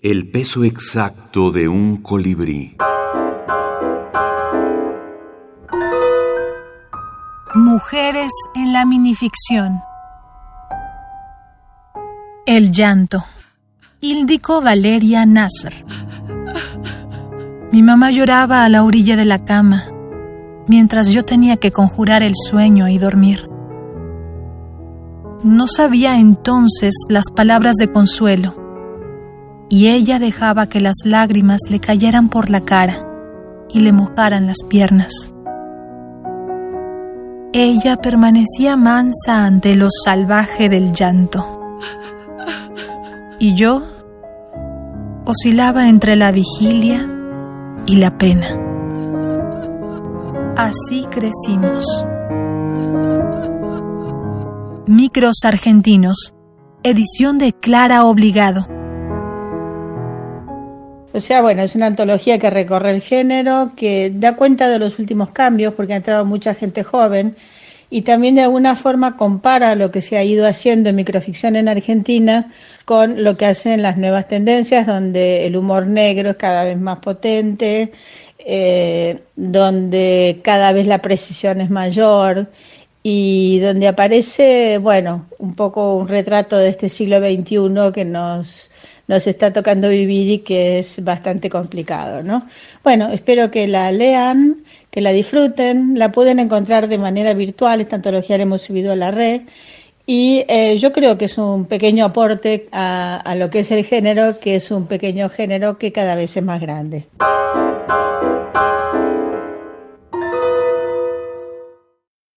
El peso exacto de un colibrí. Mujeres en la minificción. El llanto. Ildiko Valeria Nasr. Mi mamá lloraba a la orilla de la cama, mientras yo tenía que conjurar el sueño y dormir. No sabía entonces las palabras de consuelo, y ella dejaba que las lágrimas le cayeran por la cara y le mojaran las piernas. Ella permanecía mansa ante lo salvaje del llanto, y yo oscilaba entre la vigilia y la pena. Así crecimos. Micros Argentinos, edición de Clara Obligado. O sea, bueno, es una antología que recorre el género, que da cuenta de los últimos cambios, porque ha entrado mucha gente joven, y también de alguna forma compara lo que se ha ido haciendo en microficción en Argentina con lo que hacen las nuevas tendencias, donde el humor negro es cada vez más potente, donde cada vez la precisión es mayor, y donde aparece, bueno, un poco un retrato de este siglo XXI que nos está tocando vivir y que es bastante complicado, ¿no? Bueno, espero que la lean, que la disfruten, la pueden encontrar de manera virtual, esta antología la hemos subido a la red, y yo creo que es un pequeño aporte a lo que es el género, que es un pequeño género que cada vez es más grande.